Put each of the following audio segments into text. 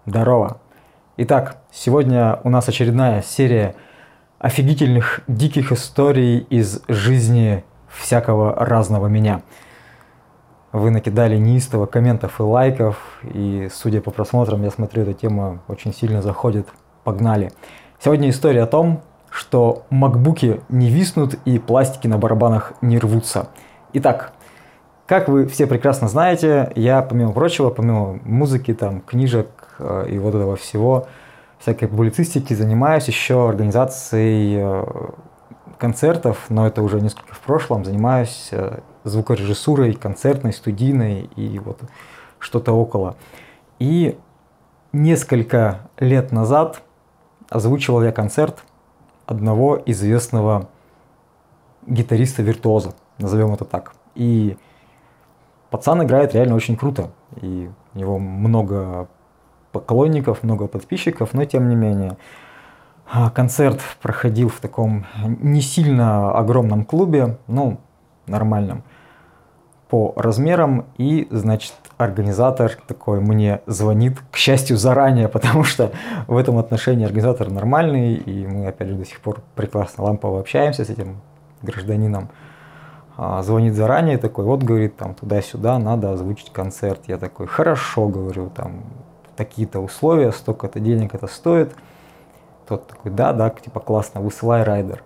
Здорово! Итак, сегодня у нас очередная серия офигительных, диких историй из жизни всякого разного меня. Вы накидали неистово комментов и лайков, и, судя по просмотрам, я смотрю, эта тема очень сильно заходит. Погнали! Сегодня история о том, что макбуки не виснут и пластики на барабанах не рвутся. Итак, как вы все прекрасно знаете, я, помимо прочего, помимо музыки, книжек и вот этого всего, всякой публицистики, занимаюсь еще организацией концертов, но это уже несколько в прошлом, занимаюсь звукорежиссурой, концертной, студийной и вот что-то около. И несколько лет назад озвучивал я концерт одного известного гитариста-виртуоза, назовем это так. И пацан играет реально очень круто, и у него много поклонников, много подписчиков, но тем не менее. Концерт проходил в таком не сильно огромном клубе, нормальном по размерам, и, значит, организатор такой мне звонит, к счастью, заранее, потому что в этом отношении организатор нормальный, и мы, опять же, до сих пор прекрасно лампово общаемся с этим гражданином. Звонит заранее, такой, вот, говорит, туда-сюда надо озвучить концерт. Я такой, хорошо, говорю, такие-то условия, столько-то денег это стоит. Тот такой, да, типа, классно, высылай райдер.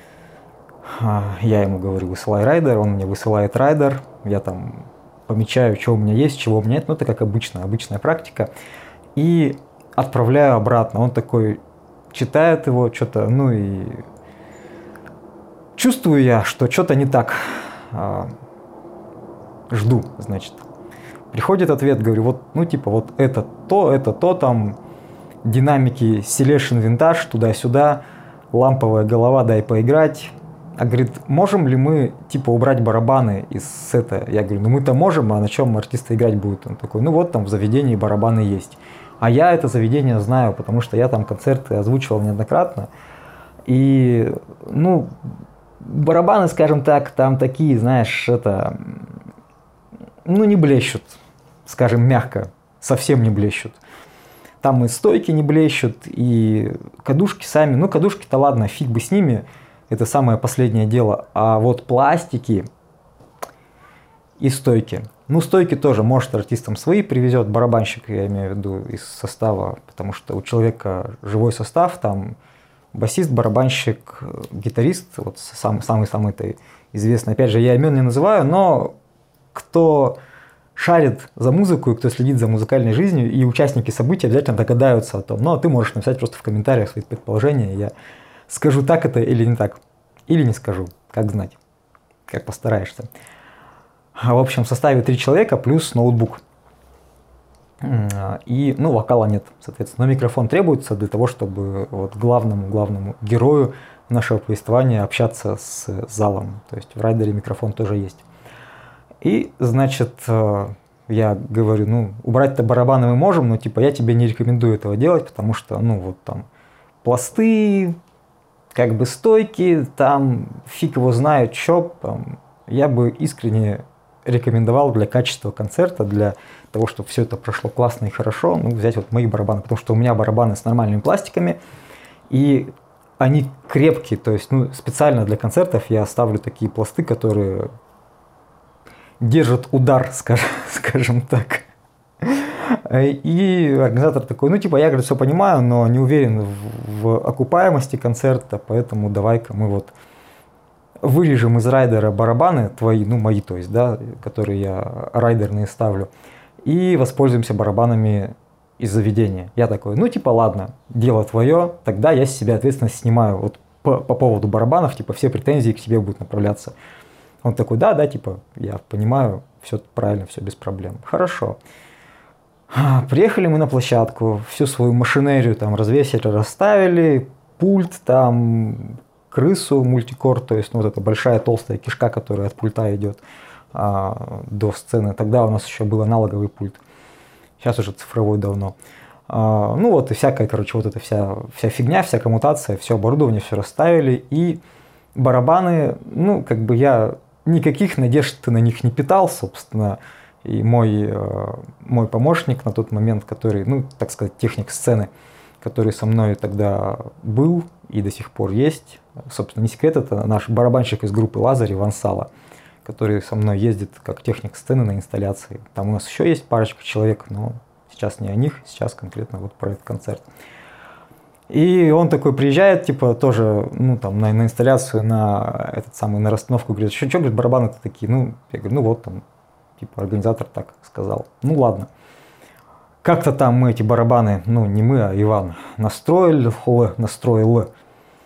Я ему говорю, высылай райдер, он мне высылает райдер, я помечаю, что у меня есть, чего у меня нет, это как обычная практика. И отправляю обратно. Он такой читает его, что-то, и чувствую я, что что-то не так. Жду, значит. Приходит ответ, говорю, вот это то, динамики Celestion Vintage, туда-сюда, ламповая голова, дай поиграть. А говорит, можем ли мы, убрать барабаны из сета? Я говорю, мы-то можем, а на чем артисты играть будут? Он такой, в заведении барабаны есть. А я это заведение знаю, потому что я там концерты озвучивал неоднократно. И, барабаны, скажем так, там такие, знаешь, не блещут, скажем мягко, совсем не блещут. Там и стойки не блещут, и кадушки сами, кадушки-то ладно, фиг бы с ними, это самое последнее дело. А вот пластики и стойки. Стойки тоже, может, артистам свои привезет барабанщик, я имею в виду, из состава, потому что у человека живой состав, там басист, барабанщик, гитарист, вот самый-самый известный. Опять же, я имен не называю, но кто шарит за музыку и кто следит за музыкальной жизнью, и участники событий обязательно догадаются о том. Но ты можешь написать просто в комментариях свои предположения, я скажу, так это или не так. Или не скажу, как знать, как постараешься. В общем, в составе 3 человека плюс ноутбук. И, вокала нет, соответственно. Но микрофон требуется для того, чтобы главному герою нашего повествования общаться с залом. То есть в райдере микрофон тоже есть. И, значит, я говорю, убрать-то барабаны мы можем, но, я тебе не рекомендую этого делать, потому что, пласты, стойки, фиг его знает, что, я бы искренне рекомендовал для качества концерта, для того, чтобы все это прошло классно и хорошо, взять мои барабаны, потому что у меня барабаны с нормальными пластиками, и они крепкие, то есть, специально для концертов я ставлю такие пласты, которые держат удар, скажем так. И организатор такой, я, говорит, все понимаю, но не уверен в окупаемости концерта, поэтому давай-ка мы вырежем из райдера барабаны твои, мои, то есть, да, которые я райдерные ставлю, и воспользуемся барабанами из заведения. Я такой, ладно, дело твое, тогда я с себя ответственность снимаю. По поводу барабанов, все претензии к тебе будут направляться. Он такой, да, я понимаю, все правильно, все без проблем. Хорошо. Приехали мы на площадку, всю свою машинерию развесили, расставили, пульт, крысу, мультикор, то есть эта большая толстая кишка, которая от пульта идет до сцены. Тогда у нас еще был аналоговый пульт, сейчас уже цифровой давно. И всякая, эта вся фигня, вся коммутация, все оборудование, все расставили, и барабаны, я никаких надежд на них не питал, собственно. И мой помощник на тот момент, который, ну, так сказать, техник сцены, который со мной тогда был и до сих пор есть, собственно, не секрет, это наш барабанщик из группы «Лазарь» Иван Сало, который со мной ездит как техник сцены на инсталляции. Там у нас еще есть парочка человек, но сейчас не о них, сейчас конкретно вот про этот концерт. И он такой приезжает, типа, тоже, ну, там, на инсталляцию, на этот самый, на расстановку, говорит, что, говорит, барабаны-то такие? Ну, я говорю, ну, вот там, типа, организатор так сказал. Ну, ладно. Как-то там мы эти барабаны, ну, не мы, а Иван, настроил.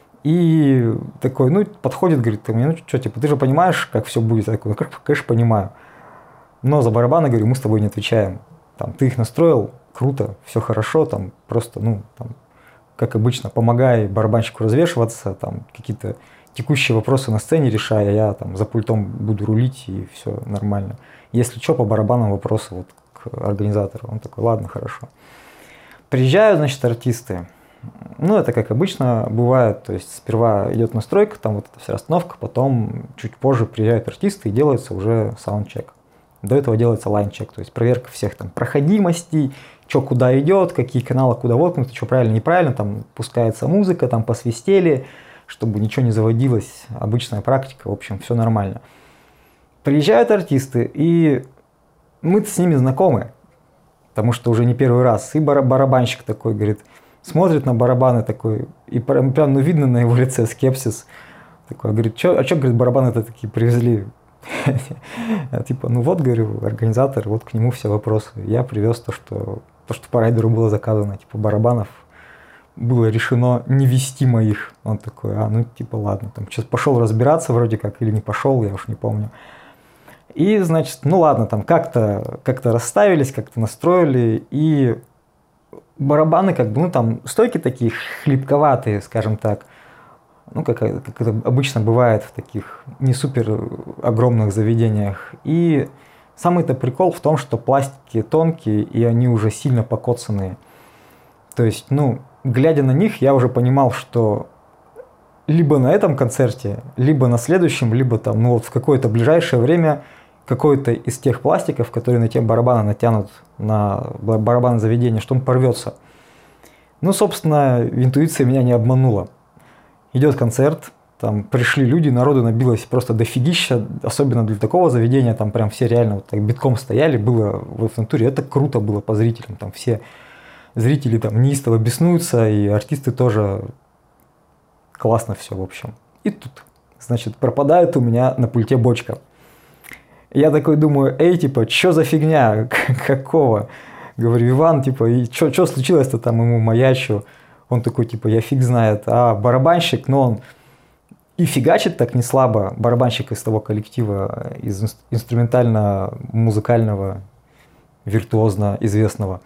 И такой, ну, подходит, говорит, ты мне, ну, что, типа, ты же понимаешь, как все будет? Я такой, ну, конечно, понимаю. Но за барабаны, говорю, мы с тобой не отвечаем. Там, ты их настроил, круто, все хорошо, там, просто, ну, там, как обычно, помогай барабанщику развешиваться, там, какие-то текущие вопросы на сцене решая, я там за пультом буду рулить, и все нормально. Если что, по барабанам вопросы вот к организатору. Он такой, ладно, хорошо. Приезжают, значит, артисты. Ну, это как обычно бывает, то есть сперва идет настройка, там вот эта вся расстановка, потом чуть позже приезжают артисты и делается уже саундчек. До этого делается лайнчек, то есть проверка всех там проходимостей, что куда идет, какие каналы куда воткнуты, что правильно, неправильно, там пускается музыка, там посвистели, чтобы ничего не заводилось, обычная практика, в общем, все нормально. Приезжают артисты, и мы-то с ними знакомы, потому что уже не первый раз, и барабанщик такой, говорит, смотрит на барабаны такой, и прям ну, видно на его лице скепсис, такой, говорит, а что, говорит, барабаны-то такие привезли? Типа, ну вот, говорю, организатор, вот к нему все вопросы. Я привез то, что по райдеру было заказано, типа барабанов, было решено не вести моих. Он такой, ну типа ладно, там сейчас пошел разбираться вроде как, или не пошел, я уж не помню. И, значит, ну ладно, там как-то расставились, как-то настроили, и барабаны как бы, ну там стойки такие хлипковатые, скажем так, ну, как это обычно бывает в таких не супер огромных заведениях. И самый-то прикол в том, что пластики тонкие, и они уже сильно покоцанные. То есть, ну, глядя на них, я уже понимал, что либо на этом концерте, либо на следующем, либо там, ну, вот в какое-то ближайшее время какой-то из тех пластиков, которые на те барабаны натянут, на барабаны заведения, что он порвется. Ну, собственно, интуиция меня не обманула. Идет концерт, там пришли люди, народу набилось просто дофигища, особенно для такого заведения, там прям все реально вот так битком стояли, было в натуре, это круто было по зрителям, там все зрители там неистово беснуются, и артисты тоже классно все, в общем. И тут, значит, пропадает у меня на пульте бочка. Я такой думаю, типа, что за фигня, какого? Говорю, Иван, типа, и что случилось-то там, ему маячу. Он такой, типа, я фиг знает. А барабанщик, ну, он и фигачит так не слабо. Барабанщик из того коллектива, из инструментально-музыкального, виртуозно известного.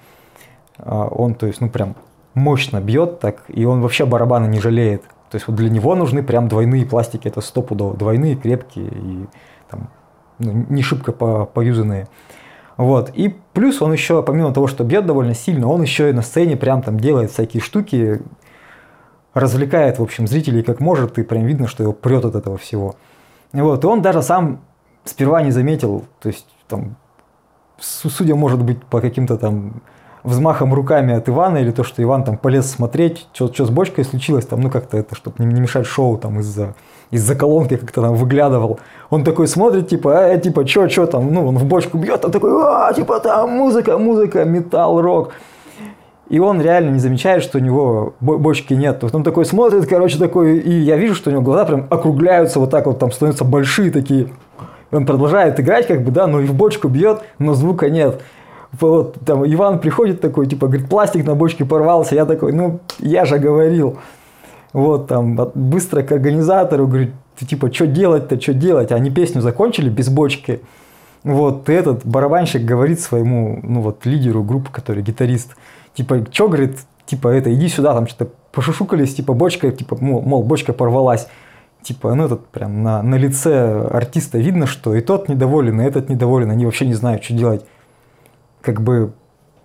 Он, то есть, ну, прям мощно бьет так, и он вообще барабаны не жалеет. То есть, вот для него нужны прям двойные пластики, это стопудово. Двойные, крепкие и там, ну, не шибко поюзанные. Вот. И плюс он еще, помимо того, что бьет довольно сильно, он еще и на сцене прям там делает всякие штуки, развлекает, в общем, зрителей как может, и прям видно, что его прет от этого всего. Вот. И он даже сам сперва не заметил, то есть там, судя, может быть, по каким-то там взмахам руками от Ивана, или то, что Иван там полез смотреть, что с бочкой случилось, там, ну как-то это, чтобы не мешать шоу, там из-за колонки как-то там выглядывал. Он такой смотрит, типа, типа, что там, ну, он в бочку бьет, там такой, типа, там музыка, металл, рок. И он реально не замечает, что у него бочки нет. Он такой смотрит, короче, такой, и я вижу, что у него глаза прям округляются вот так вот, там становятся большие такие. Он продолжает играть, как бы, да, но и в бочку бьет, но звука нет. Вот, там Иван приходит такой, типа, говорит, пластик на бочке порвался. Я такой, ну, я же говорил. Вот, там, быстро к организатору, говорит, типа, что делать? Они песню закончили без бочки. Вот, и этот барабанщик говорит своему, ну, вот, лидеру группы, который гитарист, типа, что, говорит, типа, иди сюда, там, что-то пошушукались, типа, бочка, типа, мол, бочка порвалась. Типа, ну, этот прям на лице артиста видно, что и тот недоволен, и этот недоволен, они вообще не знают, что делать. Как бы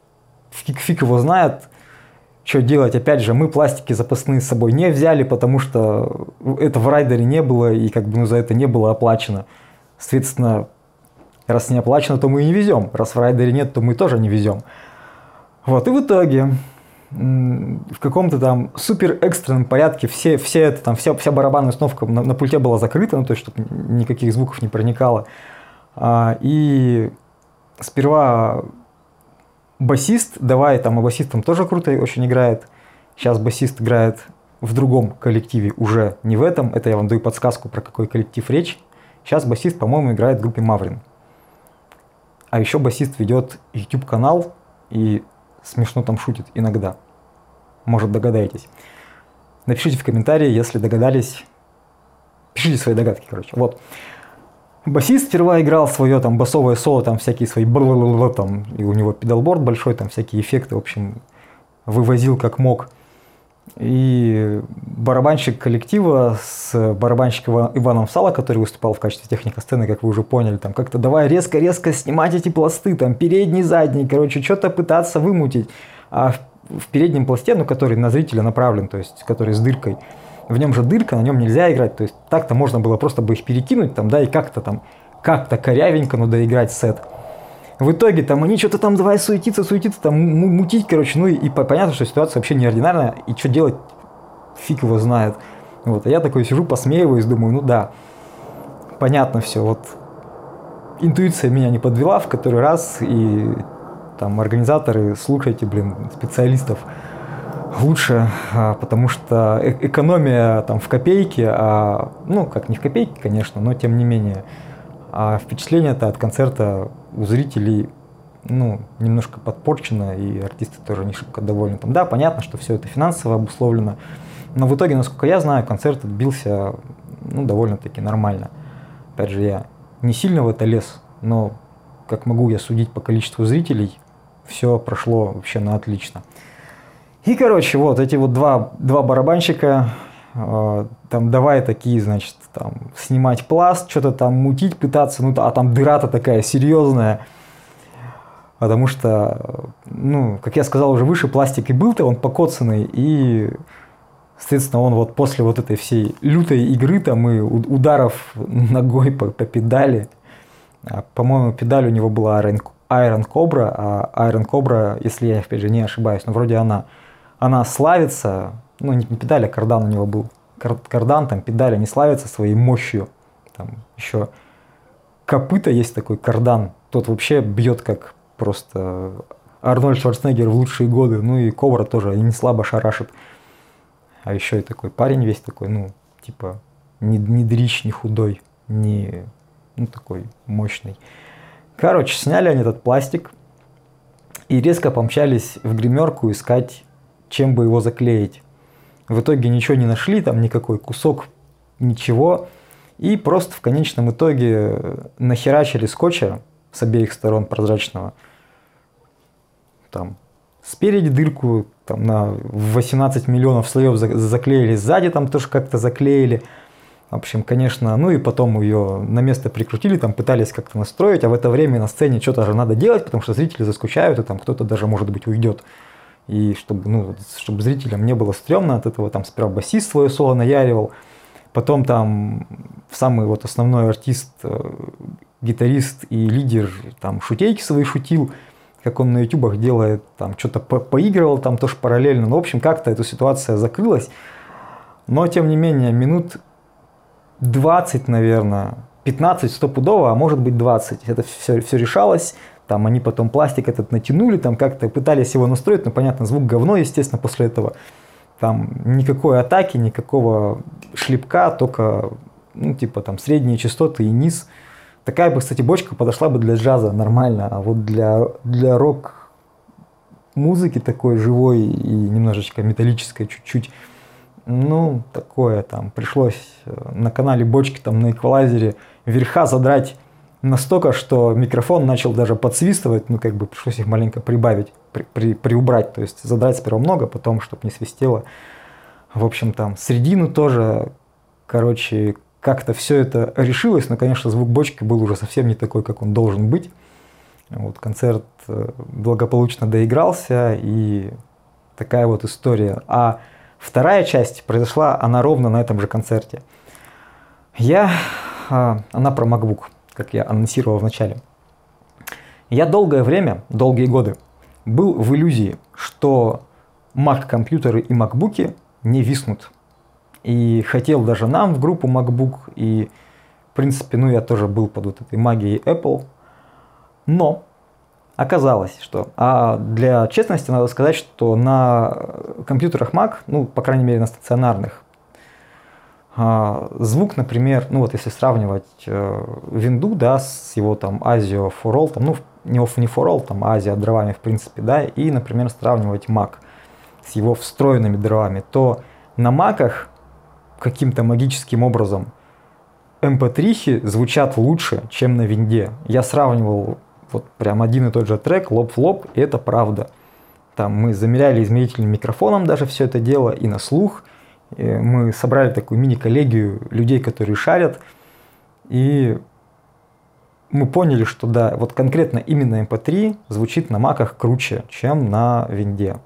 фиг его знает, что делать. Опять же, мы пластики запасные с собой не взяли, потому что это в райдере не было, и как бы, ну, за это не было оплачено. Соответственно, Раз не оплачено, то мы и не везем. Раз в райдере нет, то мы тоже не везем. Вот, и в итоге в каком-то там супер экстренном порядке вся барабанная установка на пульте была закрыта, ну, то есть, чтобы никаких звуков не проникало. И сперва басист, а басист там тоже круто очень играет. Сейчас басист играет в другом коллективе, уже не в этом. Это я вам даю подсказку, про какой коллектив речь. Сейчас басист, по-моему, играет в группе Маврин. А еще басист ведет YouTube-канал и смешно там шутит иногда. Может, догадаетесь. Напишите в комментарии, если догадались. Пишите свои догадки, короче. Вот. Басист сперва играл свое там басовое соло, там всякие свои там, и у него педалборд большой, там всякие эффекты, в общем, вывозил как мог. И барабанщик коллектива с барабанщиком Иваном Сало, который выступал в качестве техника сцены, как вы уже поняли, там как-то давай резко-резко снимать эти пласты, там передний, задний, короче, что-то пытаться вымутить. А в переднем пласте, ну, который на зрителя направлен, то есть который с дыркой, в нем же дырка, на нем нельзя играть, то есть так-то можно было просто бы их перекинуть, там, да, и как-то корявенько, но доиграть сет. В итоге там они что-то там давай суетиться, там мутить, короче, ну и понятно, что ситуация вообще неординарная, и что делать, фиг его знает. Вот, а я такой сижу, посмеиваюсь, думаю, ну да, понятно все, вот интуиция меня не подвела в который раз, и там организаторы, слушайте, специалистов лучше, потому что экономия там в копейке, ну как не в копейке, конечно, но тем не менее, а впечатление-то от концерта у зрителей, ну, немножко подпорчено, и артисты тоже не шибко довольны. Там, да, понятно, что все это финансово обусловлено, но в итоге, насколько я знаю, концерт отбился, ну, довольно-таки нормально. Опять же, я не сильно в это лез, но, как могу я судить по количеству зрителей, все прошло вообще на отлично. И, короче, вот эти вот два барабанщика, там давай такие, значит, там снимать пласт, что-то там мутить пытаться, ну, а там дыра-то такая серьезная, потому что, ну, как я сказал уже выше, пластик и был-то, он покоцанный, и, соответственно, он вот после вот этой всей лютой игры там и ударов ногой по педали, по-моему, педаль у него была Iron Cobra, а Iron Cobra, если я, опять же, не ошибаюсь, но вроде она славится, ну, не педаль, а кардан у него был. Кардан, там, педали, они славятся своей мощью. Там еще копыта есть такой кардан. Тот вообще бьет как просто Арнольд Шварценеггер в лучшие годы. Ну и Кобра тоже и не слабо шарашит. А еще и такой парень весь такой, ну, типа, не дрищ, не худой, не, ну, такой мощный. Короче, сняли они этот пластик и резко помчались в гримерку искать, чем бы его заклеить. В итоге ничего не нашли, там никакой кусок, ничего. И просто в конечном итоге нахерачили скотча с обеих сторон прозрачного. Там спереди дырку там, на 18 миллионов слоев заклеили, сзади там тоже как-то заклеили. В общем, конечно, ну и потом ее на место прикрутили, там пытались как-то настроить, а в это время на сцене что-то же надо делать, потому что зрители заскучают, и там кто-то даже, может быть, уйдет. И чтобы зрителям не было стрёмно от этого, там сперва басист свое соло наяривал, потом там самый вот основной артист, гитарист и лидер там шутейки свои шутил, как он на ютубах делает, там что-то поигрывал там тоже параллельно. Ну, в общем, как-то эта ситуация закрылась. Но, тем не менее, минут 20, наверное, 15 стопудово, а может быть 20. Это все решалось. Там они потом пластик этот натянули, там как-то пытались его настроить, но, понятно, звук говно, естественно, после этого. Там никакой атаки, никакого шлепка, только, ну, типа, там, средние частоты и низ. Такая бы, кстати, бочка подошла бы для джаза нормально, а вот для рок-музыки такой живой и немножечко металлической чуть-чуть, ну, такое там, пришлось на канале бочки, там, на эквалайзере верха задрать настолько, что микрофон начал даже подсвистывать, ну, как бы пришлось их маленько прибавить, приубрать, то есть задрать сперва много, потом, чтобы не свистело. В общем, там, середину тоже, короче, как-то все это решилось, но, конечно, звук бочки был уже совсем не такой, как он должен быть. Вот, концерт благополучно доигрался, и такая вот история. А вторая часть произошла, она ровно на этом же концерте. Она про MacBook, как я анонсировал в начале. Я долгое время, долгие годы, был в иллюзии, что Mac-компьютеры и MacBook'и не виснут. И хотел даже нам в группу MacBook, и в принципе, я тоже был под вот этой магией Apple. Но оказалось, что... А для честности надо сказать, что на компьютерах Mac, по крайней мере на стационарных, звук, например, если сравнивать винду, да, с его там ASIO for All, там, не for All, там ASIO дровами в принципе, да, и, например, сравнивать Mac с его встроенными дровами, то на Mac'ах каким-то магическим образом MP3 звучат лучше, чем на винде. Я сравнивал вот прям один и тот же трек лоб в лоб, и это правда. Там мы замеряли измерительным микрофоном даже все это дело и на слух. И мы собрали такую мини-коллегию людей, которые шарят, и мы поняли, что да, вот конкретно именно MP3 звучит на Mac'ах круче, чем на винде.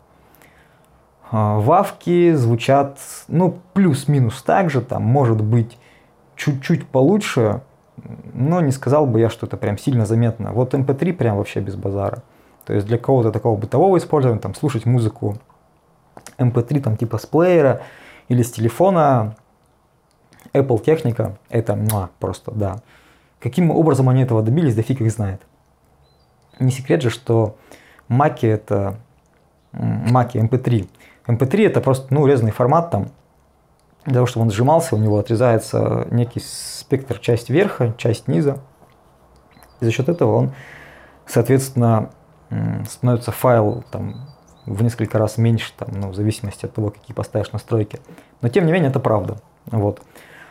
Вавки звучат, плюс-минус так же, там может быть чуть-чуть получше, но не сказал бы я, что это прям сильно заметно. Вот MP3 прям вообще без базара. То есть для кого-то такого бытового использования, там слушать музыку MP3 там типа с плеера или с телефона, Apple техника, это просто да. Каким образом они этого добились, да фиг их знает. Не секрет же, что Mac'и это Mac'и MP3. MP3 это просто резанный формат там. Для того, чтобы он сжимался, у него отрезается некий спектр, часть верха, часть низа. И за счет этого он, соответственно, становится файл там в несколько раз меньше, там, в зависимости от того, какие поставишь настройки. Но тем не менее это правда. Вот.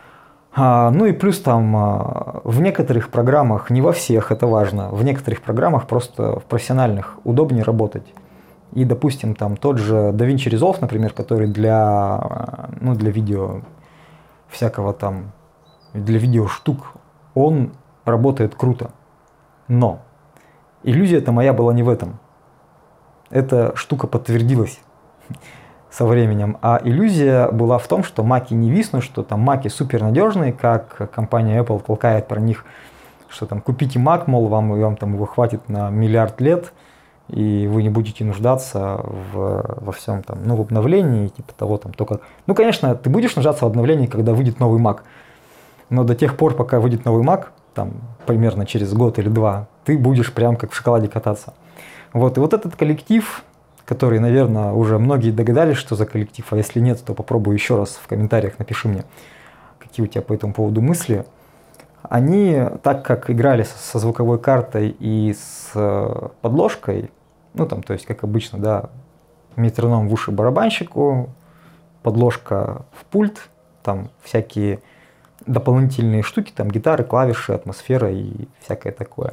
И плюс там в некоторых программах, не во всех, это важно, в некоторых программах просто в профессиональных удобнее работать. И, допустим, там тот же DaVinci Resolve, например, который для видео всякого там, для видео штук, он работает круто. Но иллюзия-то моя была не в этом. Эта штука подтвердилась со временем. А иллюзия была в том, что Mac'и не виснут, что там Mac'и супер надежные, как компания Apple толкает про них, что там купите Mac, мол, вам там его хватит на миллиард лет, и вы не будете нуждаться во всем там, в обновлении, типа того там только... конечно, ты будешь нуждаться в обновлении, когда выйдет новый Mac, но до тех пор, пока выйдет новый Mac, там примерно через год или два, ты будешь прям как в шоколаде кататься. Вот, и вот этот коллектив, который, наверное, уже многие догадались, что за коллектив, а если нет, то попробуй еще раз в комментариях напиши мне, какие у тебя по этому поводу мысли. Они, так как играли со звуковой картой и с подложкой, то есть, как обычно, да, метроном в уши барабанщику, подложка в пульт, там всякие дополнительные штуки, там гитары, клавиши, атмосфера и всякое такое.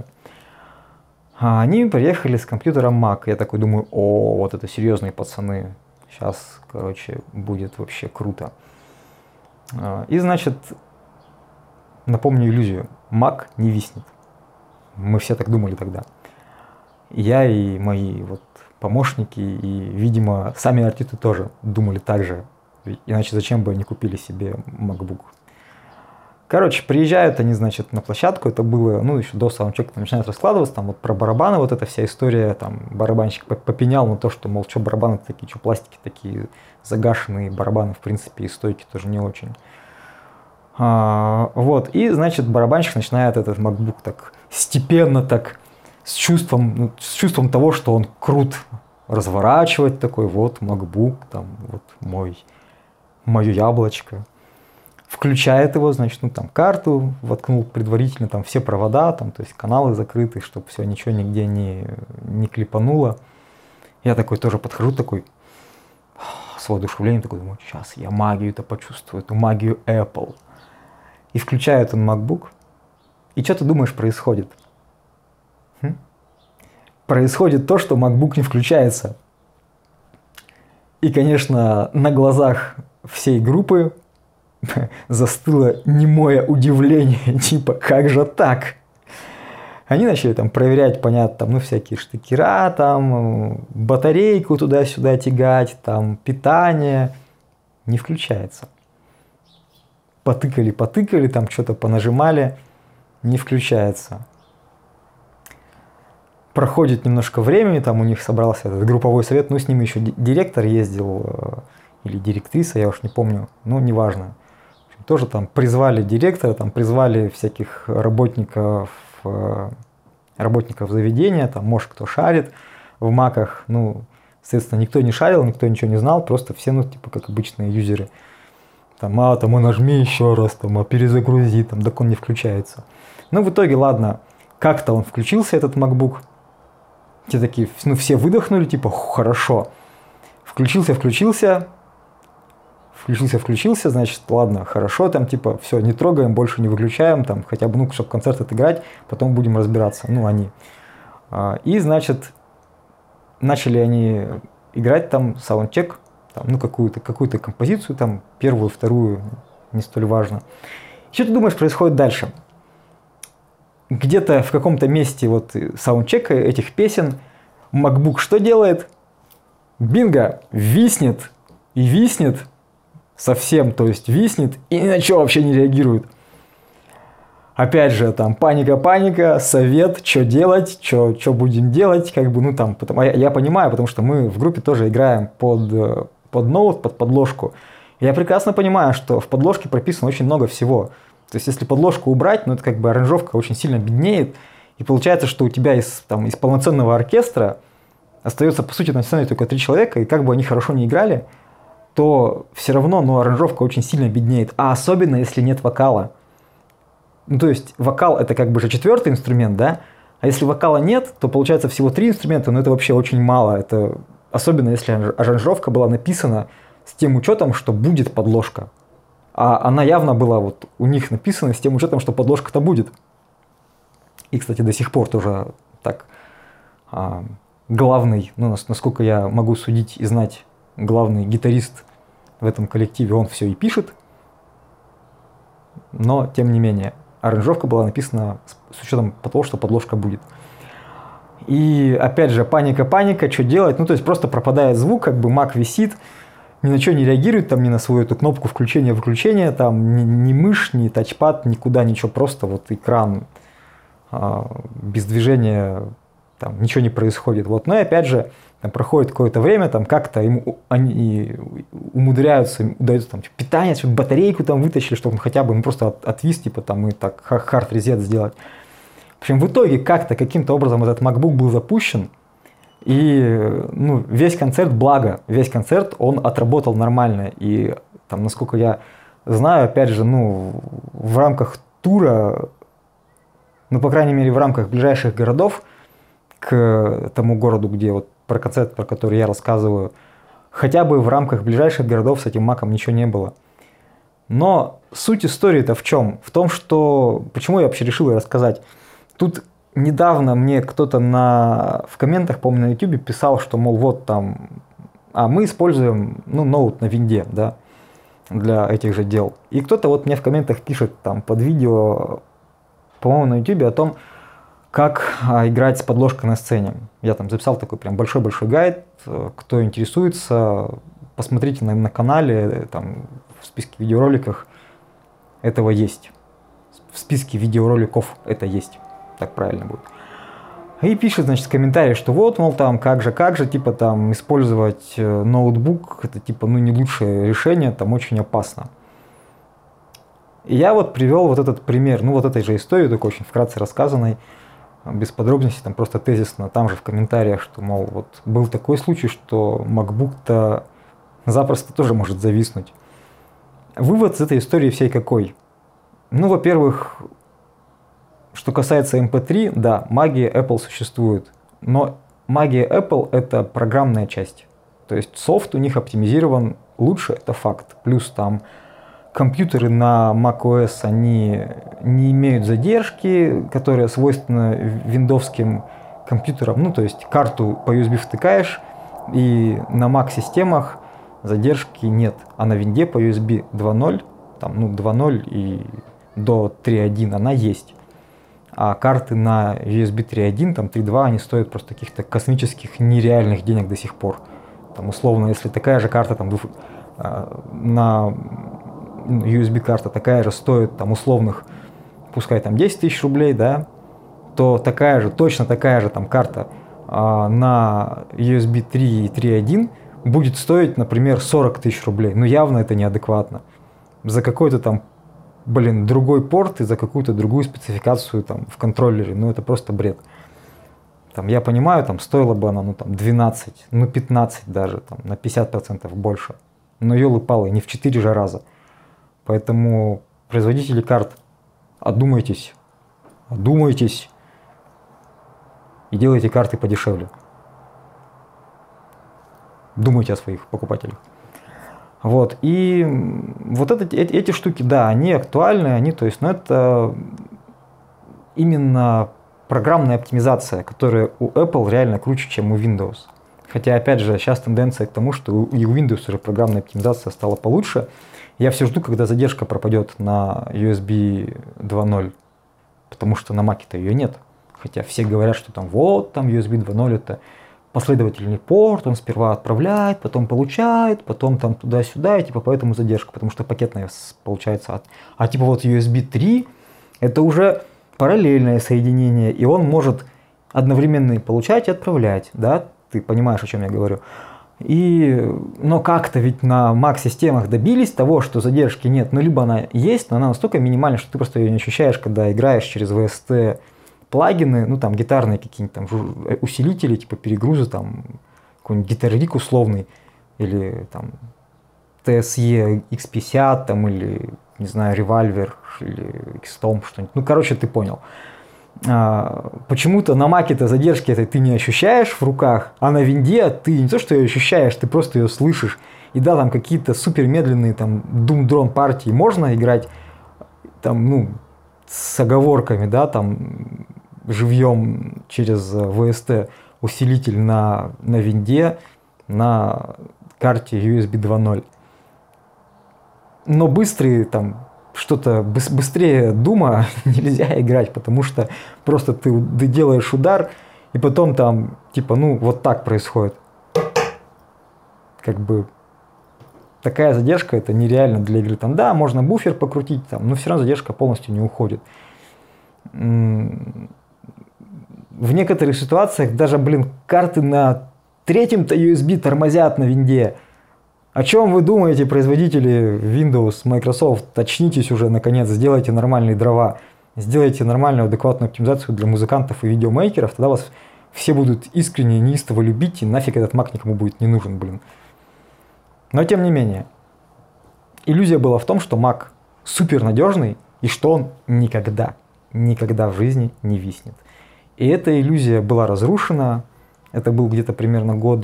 А они приехали с компьютером Mac. Я такой думаю, вот это серьезные пацаны. Сейчас, будет вообще круто. И, значит, напомню иллюзию. Mac не виснет. Мы все так думали тогда. Я и мои помощники, и, видимо, сами артисты тоже думали так же. Иначе зачем бы они купили себе MacBook? Приезжают они, значит, на площадку, это было, еще до саундчека начинает раскладываться, там про барабаны, вот эта вся история, там барабанщик попенял на то, что, мол, что барабаны такие, что пластики такие загашенные, барабаны, в принципе, и стойки тоже не очень. И, значит, барабанщик начинает этот MacBook так степенно, так, с чувством того, что он крут, разворачивать такой, вот MacBook, там, вот мое яблочко. Включает его, значит, карту воткнул предварительно, там все провода, там, то есть каналы закрыты, чтобы все, ничего нигде не клипануло. Я такой тоже подхожу, такой, с воодушевлением, такой, думаю, сейчас я магию-то почувствую, эту магию Apple. И включает он MacBook, и что ты думаешь происходит? Происходит то, что MacBook не включается. И, конечно, на глазах всей группы застыло немое удивление, типа, как же так? Они начали там проверять, понятно, там, всякие штекера, там, батарейку туда-сюда тягать, там, питание. Не включается. Потыкали, там что-то понажимали, не включается. проходит немножко времени, там у них собрался этот групповой совет, ну, с ними еще директор ездил, или директриса, я уж не помню, ну, неважно. Тоже там призвали директора, там призвали всяких работников заведения, там, может, кто шарит в маках, ну, соответственно, никто не шарил, никто ничего не знал, просто все, ну, типа, как обычные юзеры. Там, нажми еще раз, там, перезагрузи, там, так он не включается. Ну, в итоге, ладно, как-то он включился, этот MacBook. Те такие, ну, все выдохнули, типа, хорошо. Включился, значит, ладно, хорошо, там, типа, все, не трогаем, больше не выключаем, там, хотя бы, ну, чтобы концерт отыграть, потом будем разбираться, ну, они. И, значит, начали они играть там саундчек, там, ну, какую-то композицию, там, первую, вторую, не столь важно. Что ты думаешь происходит дальше? Где-то в каком-то месте вот саундчека этих песен MacBook что делает? Бинго! Виснет совсем, то есть виснет и ни на что вообще не реагирует. Опять же, там паника, совет, что делать, что будем делать, как бы, ну там, я понимаю, потому что мы в группе тоже играем под ноут, под подложку. Я прекрасно понимаю, что в подложке прописано очень много всего. То есть, если подложку убрать, ну это как бы аранжировка очень сильно беднеет, и получается, что у тебя из полноценного оркестра остается, по сути, на сцене только 3 человека, и как бы они хорошо не играли, то все равно, ну, аранжировка очень сильно беднеет, а особенно, если нет вокала. Ну, то есть, вокал – это как бы же 4-й инструмент, да? А если вокала нет, то получается всего 3 инструмента, но это вообще очень мало. Это особенно, если аранжировка была написана с тем учетом, что будет подложка. А она явно была вот у них написана с тем учетом, что подложка-то будет. И, кстати, до сих пор тоже так главный, ну, насколько я могу судить и знать, главный гитарист в этом коллективе, он все и пишет. Но, тем не менее, аранжировка была написана с учетом того, что подложка будет. И, опять же, паника, что делать? Ну, то есть, просто пропадает звук, как бы Mac висит, ни на что не реагирует, там, ни на свою эту кнопку включения-выключения, там, ни мышь, ни тачпад, никуда ничего, просто вот экран без движения, там, ничего не происходит. Вот. Ну и, опять же, там проходит какое-то время, там как-то они удается там питание, батарейку там вытащили, чтобы он хотя бы просто отвис, типа там и так хард резет сделать. В общем, в итоге как-то каким-то образом этот MacBook был запущен, и ну, весь концерт он отработал нормально. И там, насколько я знаю, опять же, ну, в рамках тура, ну, по крайней мере, в рамках ближайших городов к тому городу, где вот про концерт, про который я рассказываю, хотя бы в рамках ближайших городов с этим маком ничего не было. Но суть истории-то в чем? В том, что... Почему я вообще решил рассказать? Тут недавно мне кто-то в комментах, помню, на YouTube писал, что, мол, вот там... мы используем, ну, ноут на винде, да, для этих же дел. И кто-то вот мне в комментах пишет там под видео, по-моему, на YouTube о том, как играть с подложкой на сцене. Я там записал такой прям большой-большой гайд. Кто интересуется, посмотрите на канале, там в списке видеороликов этого есть. В списке видеороликов это есть. Так правильно будет. И пишет, значит, в комментариях, что вот, мол, там, как же, типа, там, использовать ноутбук, это, типа, ну, не лучшее решение, там, очень опасно. И я вот привел вот этот пример, ну, вот этой же истории, только очень вкратце рассказанной, без подробностей, там просто тезисно, там же в комментариях, что, мол, вот был такой случай, что MacBook-то запросто тоже может зависнуть. Вывод из этой истории всей какой? Ну, во-первых, что касается MP3, да, магия Apple существует, но магия Apple – это программная часть. То есть софт у них оптимизирован лучше, это факт. Плюс там компьютеры на macOS, они не имеют задержки, которые свойственны виндовским компьютерам. Ну, то есть карту по USB втыкаешь, и на Mac-системах задержки нет. А на винде по USB 2.0, там, ну, 2.0 и до 3.1 она есть. А карты на USB 3.1, там 3.2, они стоят просто каких-то космических нереальных денег до сих пор. Там, условно, если такая же карта там, на USB-карта такая же стоит там условных, пускай там 10 тысяч рублей, да, то точно такая же там карта на USB 3 и 3.1 будет стоить, например, 40 тысяч рублей. Ну, явно это неадекватно. За какой-то там, другой порт и за какую-то другую спецификацию там в контроллере. Ну, это просто бред. Там, я понимаю, там стоило бы она, 12, 15 даже, там, на 50% больше. Но ёлы-палы, не в 4 же раза. Поэтому производители карт, одумайтесь и делайте карты подешевле. Думайте о своих покупателях. Вот. И вот эти штуки, да, они актуальны, но это именно программная оптимизация, которая у Apple реально круче, чем у Windows. Хотя, опять же, сейчас тенденция к тому, что и у Windows уже программная оптимизация стала получше. Я все жду, когда задержка пропадет на USB 2.0, потому что на Mac-то ее нет. Хотя все говорят, что там USB 2.0 это последовательный порт, он сперва отправляет, потом получает, потом там туда-сюда, и поэтому задержка, потому что пакетная получается. USB 3 это уже параллельное соединение, и он может одновременно и получать и отправлять, да, ты понимаешь, о чем я говорю. Но как-то ведь на Mac-системах добились того, что задержки нет, либо она есть, но она настолько минимальна, что ты просто ее не ощущаешь, когда играешь через VST плагины, там гитарные какие-нибудь там усилители, типа перегруза, там какой-нибудь гитаррик условный, или там TSE X50, там, или, не знаю, Revolver, или Xtomp, что-нибудь. Ты понял. Почему-то на Маке-то задержки этой ты не ощущаешь в руках, а на винде ты не то, что ее ощущаешь, ты просто ее слышишь. И да, там какие-то супер медленные там Doom-дрон партии можно играть там, с оговорками, да, там живьем через VST усилитель на винде, на карте USB 2.0. Но быстрые там что-то быстрее Дума нельзя играть, потому что просто ты делаешь удар, и потом там вот так происходит. Такая задержка, это нереально для игры. Там, да, можно буфер покрутить, но все равно задержка полностью не уходит. В некоторых ситуациях даже, карты на третьем-то USB тормозят на винде. О чем вы думаете, производители Windows, Microsoft? Очнитесь уже, наконец, сделайте нормальные дрова, сделайте нормальную, адекватную оптимизацию для музыкантов и видеомейкеров, тогда вас все будут искренне, неистово любить, и нафиг этот Mac никому будет не нужен, Но тем не менее, иллюзия была в том, что Mac супер надежный, и что он никогда в жизни не виснет. И эта иллюзия была разрушена. Это был где-то примерно год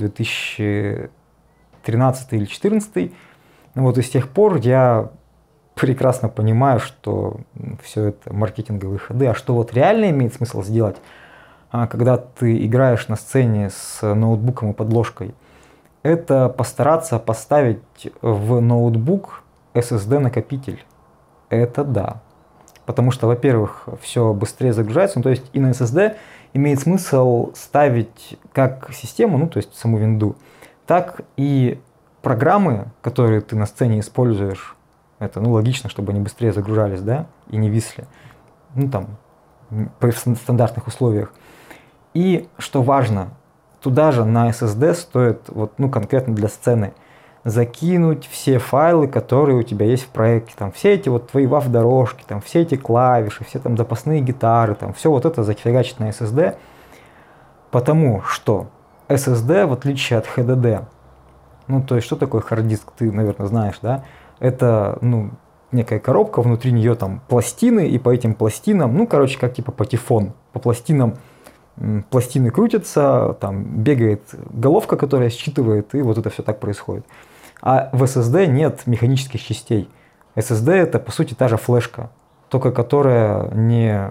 2013 или 2014. И с тех пор я прекрасно понимаю, что все это маркетинговые ходы. А что реально имеет смысл сделать, когда ты играешь на сцене с ноутбуком и подложкой, это постараться поставить в ноутбук SSD-накопитель. Это да. Потому что, во-первых, все быстрее загружается, то есть и на SSD имеет смысл ставить как систему, то есть саму винду, так и программы, которые ты на сцене используешь. Это, логично, чтобы они быстрее загружались, да, и не висли, в стандартных условиях. И, что важно, туда же на SSD стоит, конкретно для сцены, закинуть все файлы, которые у тебя есть в проекте, там все эти твои WAV-дорожки, там все эти клавиши, все там запасные гитары, там все это зафигачить на SSD, потому что SSD, в отличие от HDD, то есть что такое хард-диск, ты, наверное, знаешь, да, это, некая коробка, внутри нее там пластины, и по этим пластинам, как типа патефон, по пластинам пластины крутятся, там бегает головка, которая считывает, и это все так происходит. А в SSD нет механических частей. SSD это по сути та же флешка, только которая не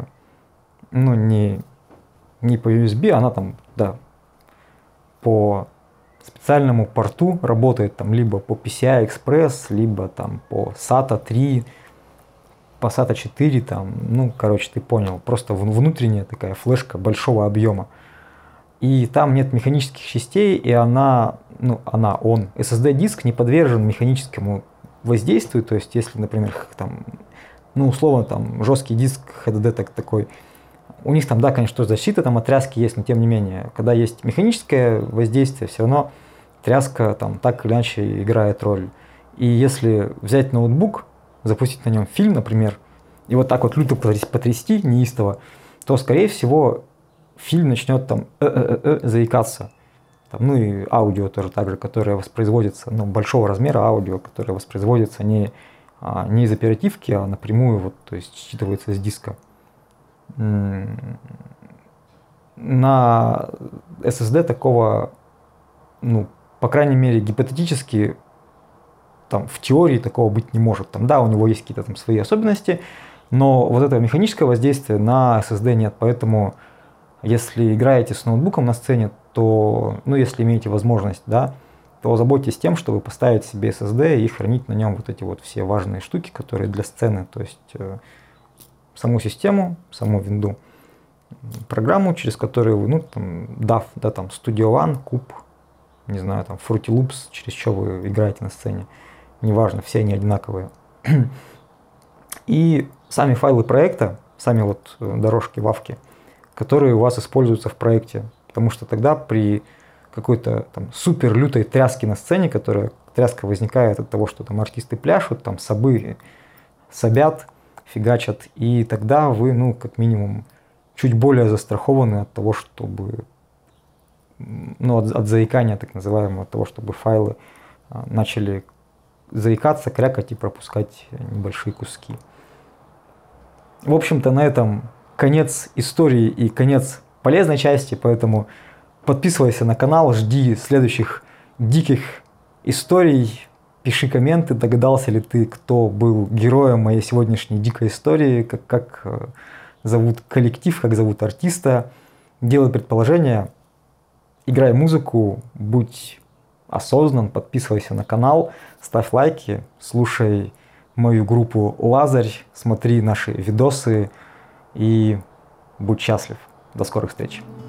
по USB, она там, да, по специальному порту работает там либо по PCI Express, либо там по SATA 3, по SATA 4, там, ты понял, просто внутренняя такая флешка большого объема. И там нет механических частей, и он, SSD-диск не подвержен механическому воздействию, то есть если, например, там, условно, там, жесткий диск HDD такой, У них там, да, конечно, тоже защита, там от тряски есть, но тем не менее, когда есть механическое воздействие, все равно тряска там так или иначе играет роль. И если взять ноутбук, запустить на нем фильм, например, и вот так вот люто потрясти неистово, то, скорее всего, фильм начнет там заикаться. Там, ну и аудио тоже так же, которое воспроизводится, ну, большого размера аудио, которое воспроизводится не из оперативки, а напрямую, вот, то есть считывается с диска. На SSD такого, ну, по крайней мере, гипотетически, там, в теории такого быть не может. Там, да, у него есть какие-то там свои особенности, но вот этого механического воздействия на SSD нет. Поэтому, если играете с ноутбуком на сцене, то, ну, если имеете возможность, да, то заботьтесь тем, чтобы поставить себе SSD и хранить на нем вот эти вот все важные штуки, которые для сцены, то есть саму систему, саму винду, программу, через которую вы, ну, там, DAW, да, там, Studio One, Cube, не знаю, там, Fruity Loops, через что вы играете на сцене, неважно, все они одинаковые. И сами файлы проекта, сами вот дорожки, вавки, которые у вас используются в проекте, потому что тогда при какой-то там супер лютой тряске на сцене, тряска возникает от того, что там артисты пляшут, там сабы сабят, фигачат, и тогда вы, ну, как минимум, чуть более застрахованы от того, чтобы, ну, от заикания, так называемого, от того, чтобы файлы начали заикаться, крякать и пропускать небольшие куски. В общем-то, на этом конец истории и конец полезной части, поэтому подписывайся на канал, жди следующих диких историй, пиши комменты, догадался ли ты, кто был героем моей сегодняшней дикой истории, как зовут коллектив, как зовут артиста, делай предположения, играй музыку, будь осознан, подписывайся на канал, ставь лайки, слушай мою группу Лазарь, смотри наши видосы и будь счастлив. До скорых встреч.